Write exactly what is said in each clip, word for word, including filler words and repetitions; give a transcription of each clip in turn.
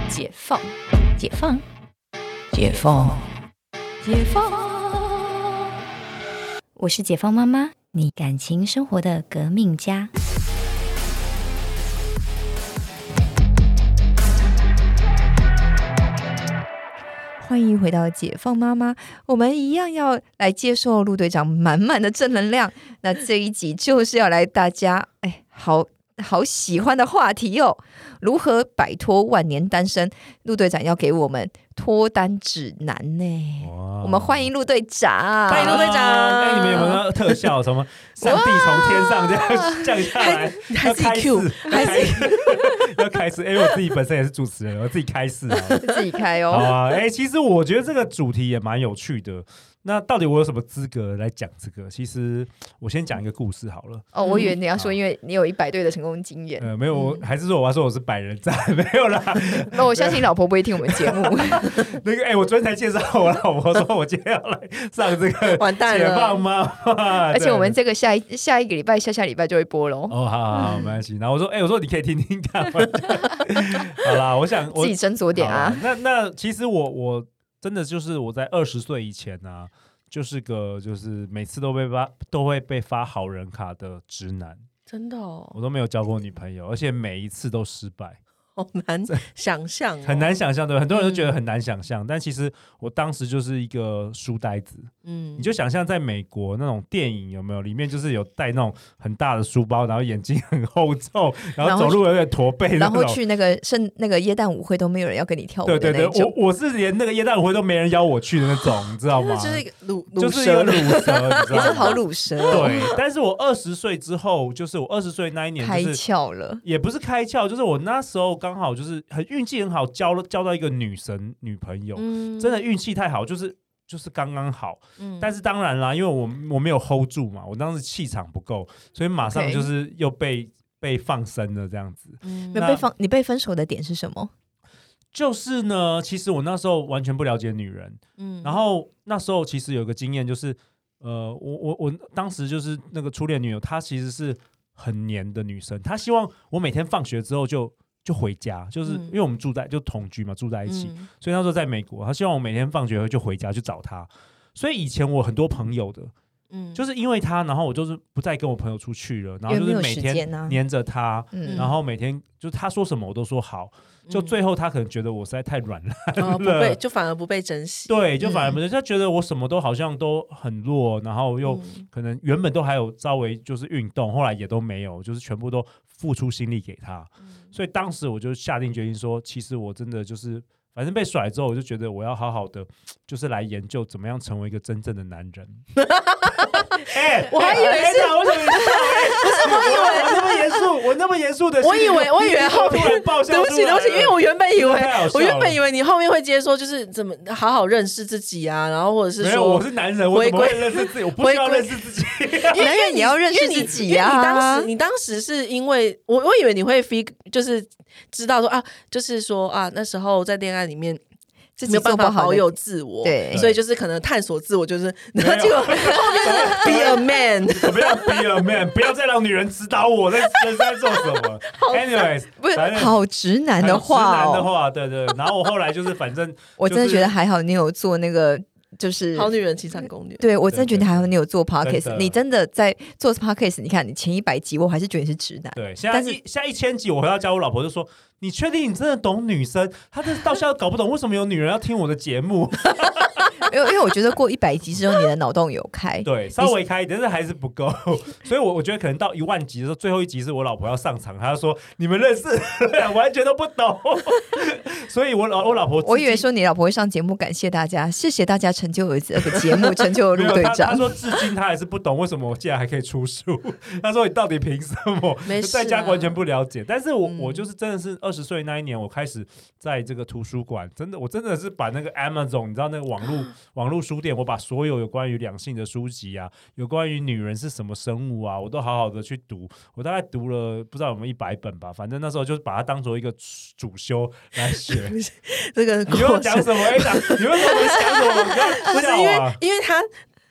解放，解放，解放，解放。我是解放妈妈，你感情生活的革命家。欢迎回到解放妈妈，我们一样要来接受陆队长满满的正能量。那这一集就是要来大家哎，好好喜欢的话题哦，如何摆脱万年单身？陆队长要给我们脱单指南呢。我们欢迎陆队长， 欢迎陆队长。 哎，你们有没有特效？什么上帝从天上这样降下来？ 还是 Q， 还是要开始？哎，我自己本身也是主持人，我自己开始啊， 自己开哦。 好啊，哎，其实我觉得这个主题也蛮有趣的。那到底我有什么资格来讲这个？其实我先讲一个故事好了。 哦，我以为你要说，因为你有一百对的成功经验。 呃，没有，我还是说我要说我是百人斩，没有啦。 那我相信老婆不会听我们节目。 那个，哎、欸，我昨天才介绍我老婆说，我今天要来上这个完蛋了， 解放妈妈。 而且我们这个下一下一个礼拜、下下礼拜就会播喽。 哦，好好好，没关系。然后我说，哎、欸，我说你可以听听看。好啦，我想我自己斟酌点啊。 那那其实我我真的就是我在二十岁以前啊。就是个就是每次都被发都会被发好人卡的直男， 真的哦， 我都没有交过女朋友，而且每一次都失败， 好难想象、哦， 很难想象，对，很多人都觉得很难想象、嗯，但其实我当时就是一个书呆子，嗯，你就想象在美国那种电影有没有，里面就是有带那种很大的书包，然后眼睛很厚重，然后走路有点驼背， 然后去那个圣那个耶诞舞会都没有人要跟你跳舞的那种， 对对对，我我是连那个耶诞舞会都没人邀我去的那种，你知道吗？ 就是一个鲁就是一个鲁蛇， 你是好鲁蛇、 哦，对。但是我二十岁之后，就是我二十岁那一年、就是， 开窍了， 也不是开窍，就是我那时候刚好就是很运气很好，交了交到一个女神女朋友，嗯、真的运气太好，就是就是刚刚好、嗯。但是当然啦，因为我我没有 hold 住嘛，我当时气场不够，所以马上就是又被、okay. 被放生了这样子。 嗯、被放你被分手的点是什么？ 就是呢，其实我那时候完全不了解女人，嗯，然后那时候其实有个经验，就是呃，我我我当时就是那个初恋女友，她其实是很黏的女生，她希望我每天放学之后就就回家，就是因为我们住在就同居嘛，住在一起、嗯，所以那时候在美国，她希望我每天放学就回家去找她，所以以前我很多朋友的。嗯，就是因为他，然后我就是不再跟我朋友出去了，然后就是每天黏着他、嗯，然后每天就是他说什么我都说好，嗯、就最后他可能觉得我实在太软烂了、 哦，不被就反而不被珍惜， 对，就反而不被、嗯、他觉得我什么都好像都很弱，然后又可能原本都还有稍微就是运动，后来也都没有，就是全部都付出心力给他，嗯、所以当时我就下定决心说，其实我真的就是。反正被甩之后，我就觉得我要好好的，就是来研究怎么样成为一个真正的男人。哎、欸， 我还以为是， 欸、我怎么不是？我以为我那么严肃，我那么严肃的， 我以为我以为后面爆笑， 对不起对不起，因为我原本以为我原本以为你后面会接说，就是怎么好好认识自己啊，然后或者是说， 没有，我是男人，我怎么会认识自己？我不需要认识自己， 男人也要认识自己啊。 你当时你当时是因为我我以为你会 fig 就是知道说啊，就是说啊，那时候在恋爱里面。没有办法保有自我， 对， 所以就是可能探索自我，就是然后结果后面是 be a man， 不要 be a man， 不要再让女人指导我在在做什么。Anyways， 不是好直男的话、哦， 直男的话，对对。然后我后来就是反正、就是， 我真的觉得还好，你有做那个。就是好女人情场攻略， 对我真的觉得还好，你有做 podcast， 你真的在做 podcast， 你看你前一百集，我还是觉得你是直男。 对，现在现在一千集，我回到家，我老婆就说：“你确定你真的懂女生？她这到现在搞不懂为什么有女人要听我的节目。” 因为因为我觉得过一百集之后，你的脑洞有开， 对，稍微开，但是还是不够，所以我我觉得可能到一万集的时候，最后一集是我老婆要上场，她说你们认识，完全都不懂，所以我老我老婆， 我以为说你老婆会上节目，感谢大家，谢谢大家成就了这个节目，成就了陆队长。 他说至今他还是不懂为什么我竟然还可以出书，他说你到底凭什么？ 没事、啊， 在家完全不了解，但是我、嗯、我就是真的是二十岁那一年，我开始在这个图书馆，真的我真的是把那个 Amazon， 你知道那个网络。网络书店，我把所有有关于两性的书籍啊，有关于女人是什么生物啊，我都好好的去读。我大概读了不知道有没有一百本吧，反正那时候就是把它当做一个主修来学。 这个你又讲什么？哎、欸，你为什么讲什么？不要笑啊！ 不是因为，因为他。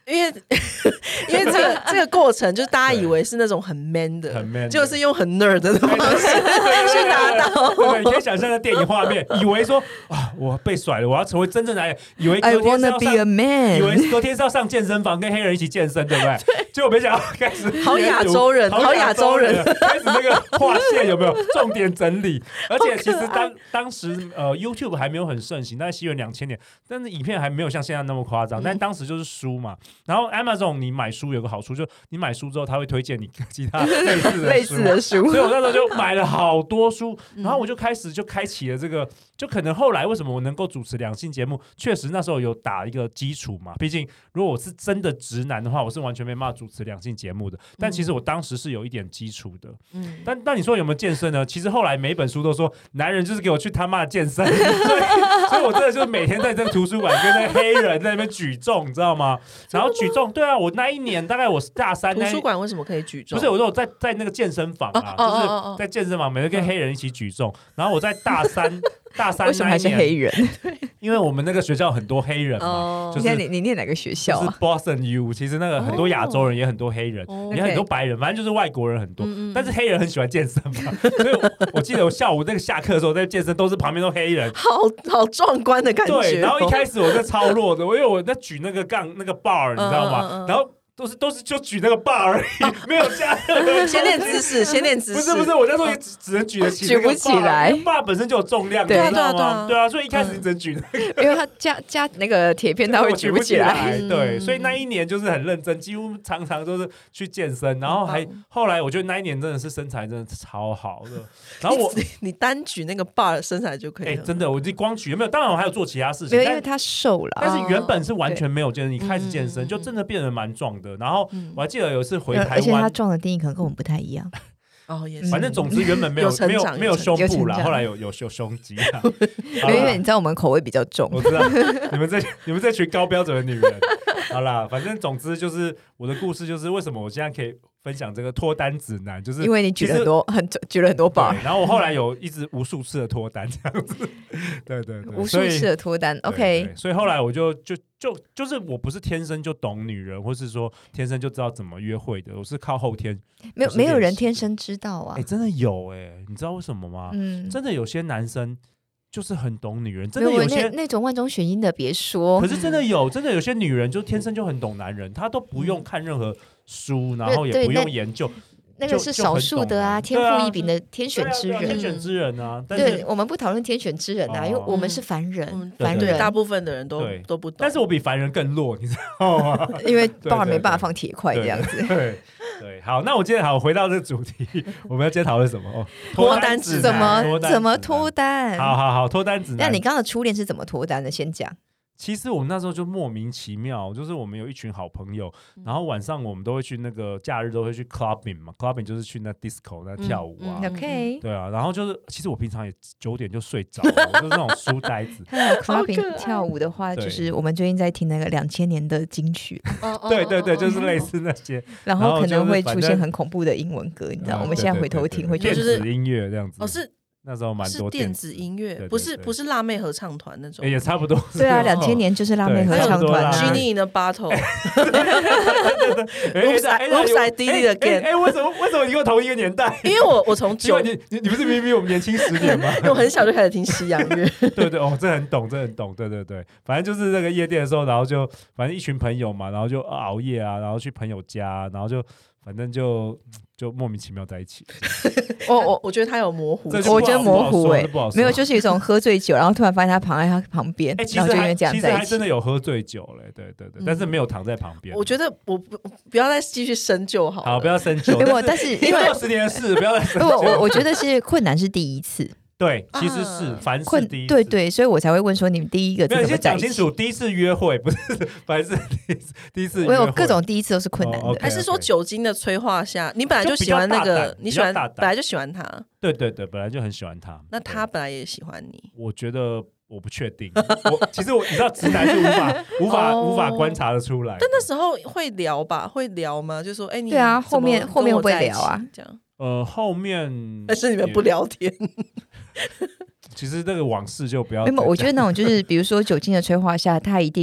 因为因为这个这个过程，就是大家以为是那种很 man 的， 很 man 的就是用很 nerd 的方式去达到。 对，你可以想象那电影画面，以为说啊，我被甩了，我要成为真正的男人，以为隔 I 天是 wanna 要 be 上 a man， 以为隔天是要上健身房跟黑人一起健身，对不对？结果没想到开始好亚洲人，好亚洲人， 开始那个划线有没有重点整理？而且其实当当时呃 YouTube 还没有很盛行，但是西元两千年，但是影片还没有像现在那么夸张，但当时就是书嘛。然后 Amazon 你买书有个好处，就你买书之后，他会推荐你其他类似的书类似的书， 所以我那时候就买了好多书，然后我就开始就开启了这个，就可能后来为什么我能够主持两性节目，确实那时候有打一个基础嘛。毕竟如果我是真的直男的话，我是完全没办法主持两性节目的。但其实我当时是有一点基础的。嗯，但但你说有没有健身呢？其实后来每一本书都说，男人就是给我去他妈的健身，所以所以我真的就是每天在这个图书馆跟那黑人在那边举重，你知道吗？然后举重，对啊，我那一年大概我是大三， 图书馆为什么可以举重？ 不是，我说我在在那个健身房啊， 哦就是在健身房，每天跟黑人一起举重。然后我在大三大三为什么还是黑人？ 因为我们那个学校很多黑人嘛， 哦就是你你念哪个学校啊？ 就是 Boston U， 其实那个很多亚洲人也很多黑人， 哦也很多白人，反正就是外国人很多。 嗯嗯但是黑人很喜欢健身嘛，所以我我记得我下午那个下课的时候在健身，都是旁边都黑人。 好好壮观的感觉、哦。 对，然后一开始我在超弱的，因为我在举那个杠那个 bar， 你知道吗？ 嗯嗯嗯然后。都是都是就举那个 bar 而已，啊、没有加任何。 先练姿势，先练姿势。 不是不是，我那时候也只只能举得起， 举不起来。 bar 本身就有重量， 对你知道吗？ 对啊， 对啊，所以一开始你只能举那个， 因为他加加那个铁片，他会举不起来。 对，所以那一年就是很认真，几乎常常都是去健身，然后还后来我觉得那一年真的是身材真的超好的。然后我你, 你单举那个 bar 身材就可以了。 哎、欸，真的，我就光举有没有？当然我还有做其他事情， 没有，因为他瘦了。 但是原本是完全没有健身，你开始健身就真的变得蛮壮的。然后我还记得有一次回台湾， 而且他壮的定义可能跟我们不太一样。 哦，也是。 反正总之原本没有没有没有胸部啦，后来有有有胸肌啦。 因为你知道我们口味比较重， 我知道你们这你们这群高标准的女人。好啦，反正总之就是我的故事，就是为什么我现在可以分享这个脱单指南，就是因为你举了很多很举了很多 bar， 然后我后来有一直无数次的脱单这样子，对对对， 无数次的脱单 ，OK 对对。所以后来我就就就就是我不是天生就懂女人，或是说天生就知道怎么约会的，我是靠后天。 没有没有人天生知道啊， 哎、欸，真的有哎、欸，你知道为什么吗？嗯，真的有些男生。就是很懂女人，真的有些那, 那种万中选一的别说， 可是真的有，真的有些女人就天生就很懂男人，她都不用看任何书，然后也不用研究， 那个是少数的啊，天赋异禀的天选之人， 天选之人啊。 对，我们不讨论天选之人啊，因为我们是凡人，凡人大部分的人都都不懂， 但是我比凡人更弱，你知道吗？ 因为bar没办法放铁块这样子。 对对，好，那我今天好回到这个主题，我们要今天讨论什么？哦， 脱单指怎么怎么脱单？ 好好好，脱单指南。 那你刚刚的初恋是怎么脱单的？先讲。 其实我们那时候就莫名其妙，就是我们有一群好朋友，然后晚上我们都会去那个假日都会去 clubbing 嘛 ，clubbing 就是去那 disco 那跳舞啊、 嗯嗯、，OK， 对啊，然后就是其实我平常也九点就睡着了，我就是那种书呆子。 clubbing 跳舞的话，就是我们最近在听那个两千年的金曲， 对对对，就是类似那些， 然后可能会出现很恐怖的英文歌，你知道？我们现在回头听会觉得电子音乐这样子。 哦，是。 那时候蛮多电子音乐，不是不是辣妹合唱团那种， 也差不多。 对啊，两千年就是辣妹合唱团 ，Genie in the Bottle。Oops, Oops, I did it again。 哎，为什么为什么你跟我同一个年代？ 因为我我从九， 你你你不是明明比我们年轻十年吗？ 因为我很小就开始听西洋乐。 对对哦，这很懂，这很懂。对对对，反正就是那个夜店的时候，然后就反正一群朋友嘛，然后就熬夜啊，然后去朋友家，然后就反正就。就莫名其妙在一起， 我我我觉得他有模糊， 我觉得模糊哎、欸，没有，就是一种喝醉酒，然后突然发现他躺在他旁边， 欸、 然后就因为这样在一起。 其实还真的有喝醉酒嘞，对对对，嗯、但是没有躺在旁边。 我觉得我不不要再继续深究好了， 好，不要深究。 没有，但是因为二十年的事，不要再深究。 我我我觉得是困难是第一次。 对，其实是、啊、凡事第一次， 对对，所以我才会问说你们第一个是怎么在一起？ 先讲清楚，第一次约会不是凡事第一次，第一次约会。 我有各种第一次都是困难的， 哦、okay, okay 还是说酒精的催化下，你本来就喜欢那个，你喜欢本来就喜欢他， 对对对，本来就很喜欢他。 那他本来也喜欢你？ 我觉得我不确定，我其实我你知道，直男是无法无法、哦、无法观察得出来。 但那时候会聊吧？会聊吗？就说哎，你对啊，后面后面会不会聊啊？ 这样。 呃，后面但是你们不聊天。 其实这个往事就不要。 没有，我觉得那种就是，比如说酒精的催化下，他一定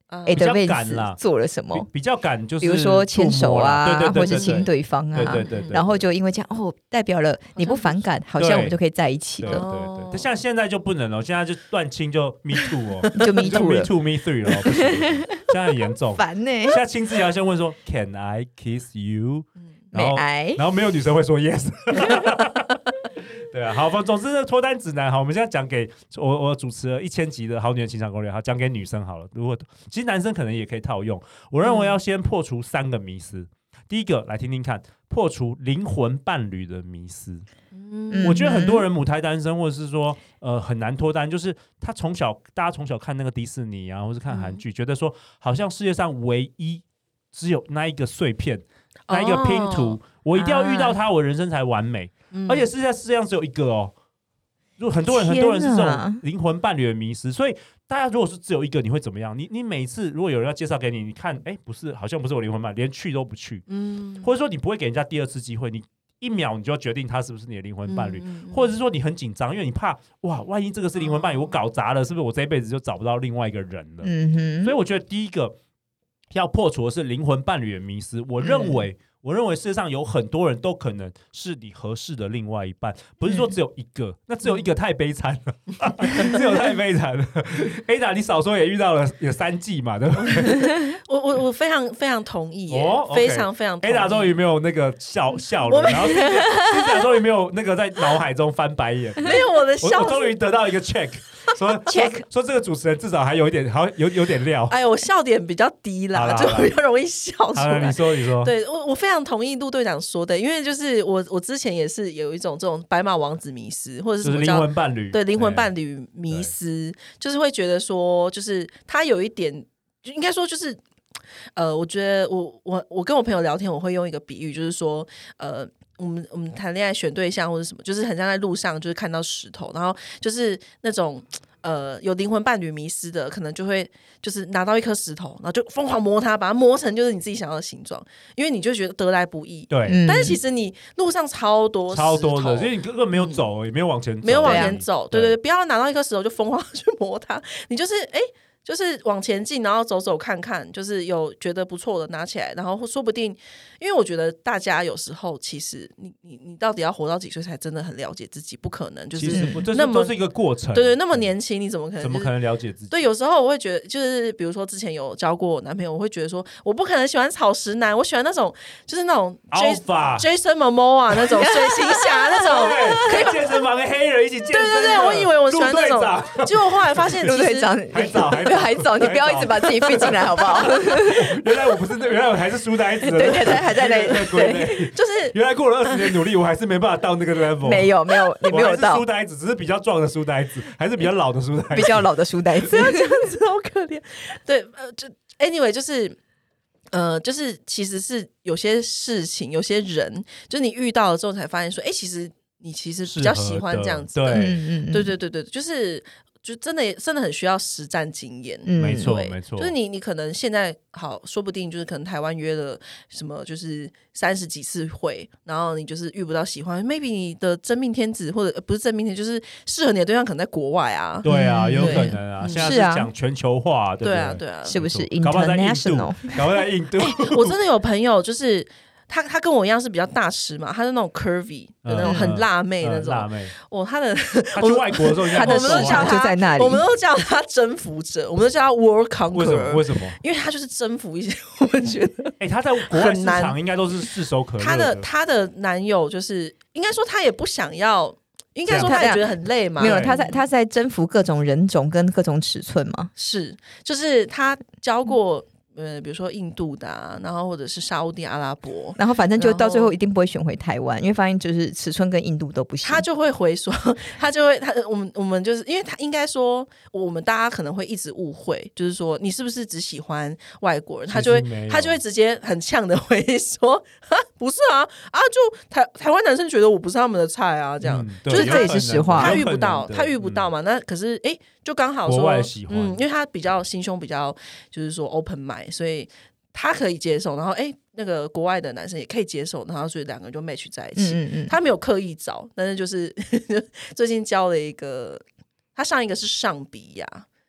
Advance 做了什么， 比较敢就是比如说牵手啊， 对对对对对， 或是亲对方啊， 对对 对, 对, 对， 然后就因为这样哦，代表了你不反感，好像我们就可以在一起了。 对对对，像现在就不能了，现在就断亲就 me too 哦， 就 me too 了 ，me too me three 了，不行，现在很严重， 烦呢、欸。 现在亲自也要先问说 Can I kiss you？ 然后 I？ 然后没有女生会说 yes。对啊，好，总之脱单指南好，我们现在讲给我我主持了一千集的好女人情场攻略，好讲给女生好了。如果其实男生可能也可以套用，我认为要先破除三个迷思。嗯、第一个来听听看，破除灵魂伴侣的迷思。嗯、我觉得很多人母胎单身，或者是说呃很难脱单，就是他从小大家从小看那个迪士尼啊，或是看韩剧，嗯、觉得说好像世界上唯一只有那一个碎片。那一个拼图、哦、我一定要遇到他、啊、我人生才完美、嗯、而且世界世界上只有一个哦，就很多人很多人是这种灵魂伴侣的迷失，所以大家如果是只有一个你会怎么样？你你每次如果有人要介绍给你，你看哎不是好像不是我灵魂伴侣，连去都不去、嗯、或者说你不会给人家第二次机会，你一秒你就要决定他是不是你的灵魂伴侣、嗯嗯、或者是说你很紧张，因为你怕哇万一这个是灵魂伴侣、哦、我搞砸了是不是我这一辈子就找不到另外一个人了、嗯、哼，所以我觉得第一个要破除的是灵魂伴侣的迷思。我认为、嗯、我认为世界上有很多人都可能是你合适的另外一半，不是说只有一个、嗯、那只有一个太悲惨了、嗯、只有太悲惨了。Ada 你少说也遇到了有三季嘛，对不对？ 我我我非常非常同意耶、哦 okay、非常非常同意。 Ada 终于没有那个笑笑了，然后 Ada 终于没有那个在脑海中翻白眼， 没有我的笑， 我终于得到一个 check。说 check 说, 说这个主持人至少还有一点，好有有点料。 哎，我笑点比较低啦，就比较容易笑出来。 你说你说， 对我我非常同意陆队长说的，因为就是我我之前也是有一种这种白马王子迷思，或者是什么叫灵魂伴侣， 对灵魂伴侣迷思，就是会觉得说，就是他有一点，应该说就是，呃，我觉得我我我跟我朋友聊天，我会用一个比喻，就是说，呃。我们我们谈恋爱选对象或者什么，就是很像在路上就是看到石头，然后就是那种呃有灵魂伴侣迷思的，可能就会就是拿到一颗石头，然后就疯狂磨它，把它磨成就是你自己想要的形状，因为你就觉得得来不易。 对， 嗯、但是其实你路上超多超多的，所以你根本没有走、嗯，也没有往前走， 没有往前走。对 对, 对, 对，不要拿到一颗石头就疯狂去磨它，你就是哎。就是往前进，然后走走看看，就是有觉得不错的拿起来，然后说不定，因为我觉得大家有时候其实你你你到底要活到几岁才真的很了解自己，不可能，就是那么都是一个过程， 对 对, 对，那么年轻你怎么可能、就是、 怎么可能了解自己？ 对，有时候我会觉得，就是比如说之前有交过我男朋友，我会觉得说，我不可能喜欢草食男，我喜欢那种就是那种 Jason Momoa 那种水行侠那种， 可以健身房跟黑人一起健身。 对对对，我以为我喜欢那种，结果后来发现其实陆队长还早还早。 还早，你不要一直把自己逼进来，好不好？ 原来我不是，原来我还是书呆子。 对对对，还在那里。对， 就是原来过了二十年努力，我还是没办法到那个 level。 没有没有，你没有到。 书呆子只是比较壮的书呆子，还是比较老的书呆子。 比较老的书呆子， 不要这样子，好可怜。对，呃，就 anyway 就是。呃，就是其实是有些事情，有些人，就是你遇到了之后才发现说，哎，其实你其实比较喜欢这样子的， 对， 嗯对对对对，就是就真的真的很需要实战经验， 嗯、没错没错， 就是你你可能现在好，说不定就是可能台湾约了什么就是三十几次会，然后你就是遇不到喜欢 ，maybe 你的真命天子或者不是真命天子，就是适合你的对象可能在国外啊， 对啊，有可能啊，现在是讲全球化，对不对？ 对啊对啊， 是不是 international？ 搞不好在印度， 我真的有朋友就是。他他跟我一样是比较大吃嘛，他是那种 curvy 的那种很辣妹那种，嗯嗯、辣妹。哦，他的他去外国的时候， 他的市场就在那里， 我们都叫他征服者，我们都叫他 world conqueror。 为什么？为什么？ 因为他就是征服一些，我们觉得， 哎、欸，他在国外市场应该都是炙手可热的。 他的他的男友就是应该说他也不想要。应该说他也觉得很累嘛， 没有，他在他在征服各种人种跟各种尺寸嘛， 是，就是他教过。呃，比如说印度的、啊，然后或者是沙烏地阿拉伯， 然后反正就到最后一定不会选回台湾，因为发现就是尺寸跟印度都不行。 他就会回说，他就会他我们我们就是因为他应该说，我们大家可能会一直误会，就是说你是不是只喜欢外国人？他就会他就会直接很呛的回说，啊，不是啊啊，就台台湾男生觉得我不是他们的菜啊，这样、嗯、 就是这也是实话， 他遇不到他遇不到嘛，嗯、那可是哎。就刚好说， 国外喜欢嗯，因为他比较心胸比较，就是说 open mind， 所以他可以接受。然后，哎，那个国外的男生也可以接受，然后所以两个人就 match 在一起。嗯嗯他没有刻意找，但是就是最近交了一个，他上一个是上比亚，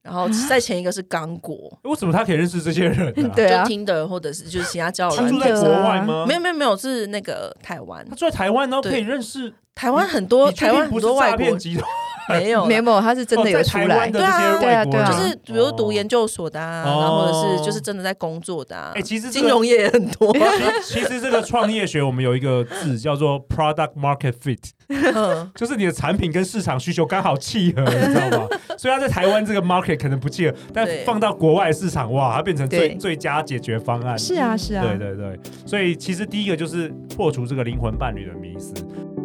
然后再前一个是刚果。 为什么他可以认识这些人、啊？ 对啊， 就 Tinder 或者是就是其他交友软件。 他住在国外吗？ 没有没有没有，是那个台湾。 他住在台湾，然后可以认识台湾很多台湾很多外国集团。 没有没有，他是真的有出来。 哦、对啊， 对啊，对啊， 就是比如读研究所的啊，哦、然后或者是就是真的在工作的啊。 哎、欸，其实、这个、 金融业也很多。 其实这个创业学我们有一个字叫做 product market fit， 就是你的产品跟市场需求刚好契合，你知道吗？所以他在台湾这个 market 可能不契合，但放到国外市场，哇，它变成最最佳解决方案。 是啊，是啊， 对对对。所以其实第一个就是破除这个灵魂伴侣的迷思。